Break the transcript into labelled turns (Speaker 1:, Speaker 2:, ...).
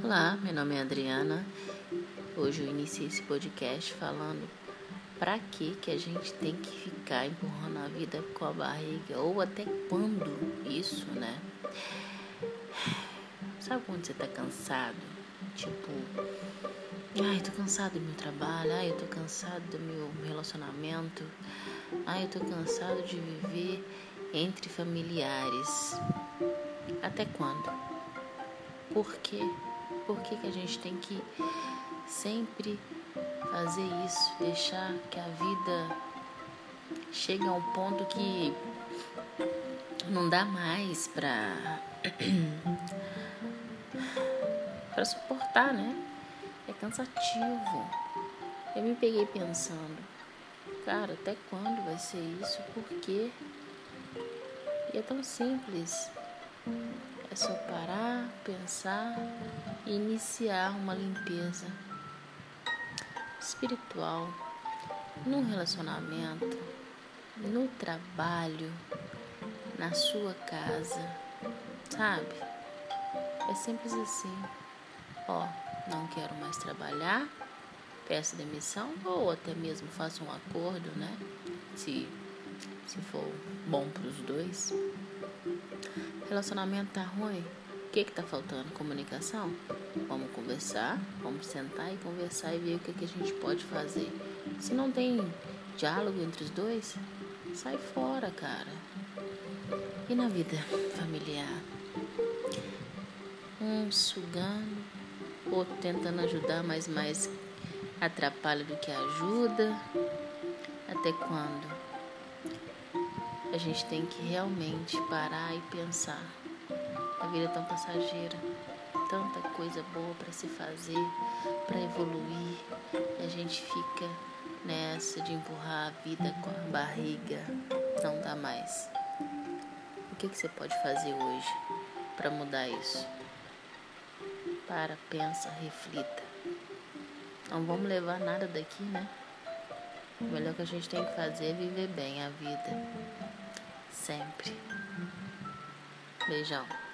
Speaker 1: Olá, meu nome é Adriana. Hoje eu iniciei esse podcast falando pra que a gente tem que ficar empurrando a vida com a barriga, ou até quando isso, né? Sabe quando você tá cansado? Tipo, eu tô cansado do meu trabalho, eu tô cansado do meu relacionamento, eu tô cansado de viver entre familiares. Até quando? Por quê? Por que a gente tem que sempre fazer isso, deixar que a vida chegue a um ponto que não dá mais pra suportar, né? É cansativo. Eu me peguei pensando, cara, até quando vai ser isso? Por quê? E é tão simples. É só parar, pensar e iniciar uma limpeza espiritual no relacionamento, no trabalho, na sua casa, sabe? É simples assim. Não quero mais trabalhar, peço demissão ou até mesmo faço um acordo, né? Se for bom para os dois. Relacionamento tá ruim. O que tá faltando? Comunicação? Vamos conversar, vamos sentar e conversar e ver o que a gente pode fazer. Se não tem diálogo entre os dois, sai fora, cara. E na vida familiar? Um sugando, outro tentando ajudar, mas mais atrapalha do que ajuda. Até quando? A gente tem que realmente parar e pensar. A vida é tão passageira, tanta coisa boa para se fazer, para evoluir. A gente fica nessa de empurrar a vida com a barriga. Não dá mais. O que você pode fazer hoje para mudar isso? Para, pensa, reflita. Não vamos levar nada daqui, né? O melhor que a gente tem que fazer é viver bem a vida. Sempre. Beijão.